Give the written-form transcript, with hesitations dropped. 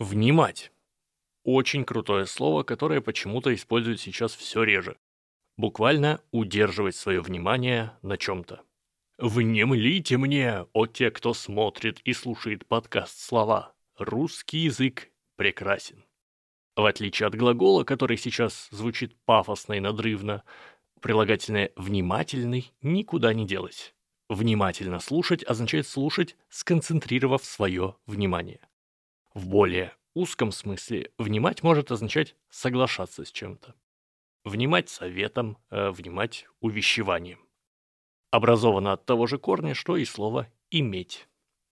Внимать. Очень крутое слово, которое почему-то используют сейчас все реже. Буквально удерживать свое внимание на чем-то. Внемлите мне, о те, кто смотрит и слушает подкаст слова. Русский язык прекрасен. В отличие от глагола, который сейчас звучит пафосно и надрывно, прилагательное «внимательный» никуда не делось. Внимательно слушать означает слушать, сконцентрировав свое внимание. В более узком смысле внимать может означать соглашаться с чем-то. Внимать советом, внимать увещеванием. Образовано от того же корня, что и слово «иметь».